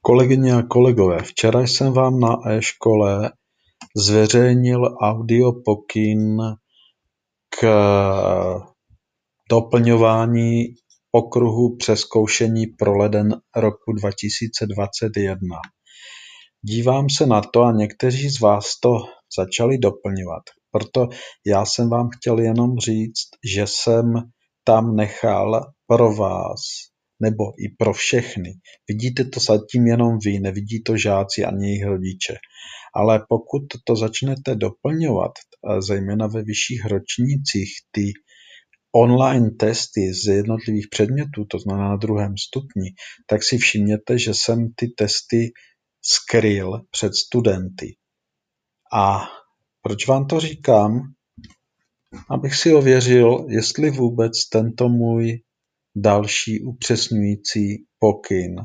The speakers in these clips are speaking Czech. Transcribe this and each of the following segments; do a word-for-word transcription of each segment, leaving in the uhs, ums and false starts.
Kolegyně a kolegové, včera jsem vám na e-škole zveřejnil audiopokyn k doplňování okruhu přezkoušení pro leden roku dva tisíce dvacet jedna. Dívám se na to a někteří z vás to začali doplňovat. Proto já jsem vám chtěl jenom říct, že jsem tam nechal pro vás nebo i pro všechny. Vidíte to zatím jenom vy, nevidí to žáci ani jejich rodiče. Ale pokud to začnete doplňovat, zejména ve vyšších ročnících, ty online testy z jednotlivých předmětů, to znamená na druhém stupni, tak si všimněte, že jsem ty testy skryl před studenty. A proč vám to říkám? Abych si ověřil, jestli vůbec tento můj další upřesňující pokyn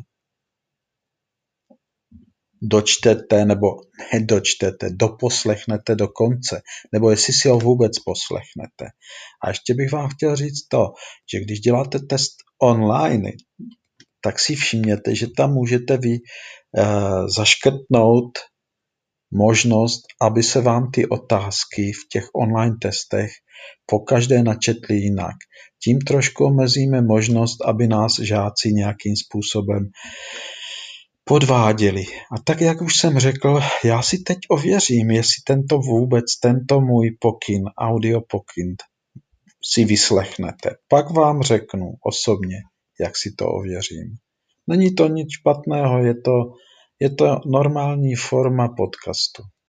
dočtete nebo nedočtete, doposlechnete do konce, nebo jestli si ho vůbec poslechnete. A ještě bych vám chtěl říct to, že když děláte test online, tak si všimněte, že tam můžete vy eh, zaškrtnout možnost, aby se vám ty otázky v těch online testech pokaždé načetly jinak. Tím trošku omezíme možnost, aby nás žáci nějakým způsobem podváděli. A tak, jak už jsem řekl, já si teď ověřím, jestli tento vůbec, tento můj pokyn, audio pokyn, si vyslechnete. Pak vám řeknu osobně, jak si to ověřím. Není to nic špatného, je to, je to normální forma podcastu.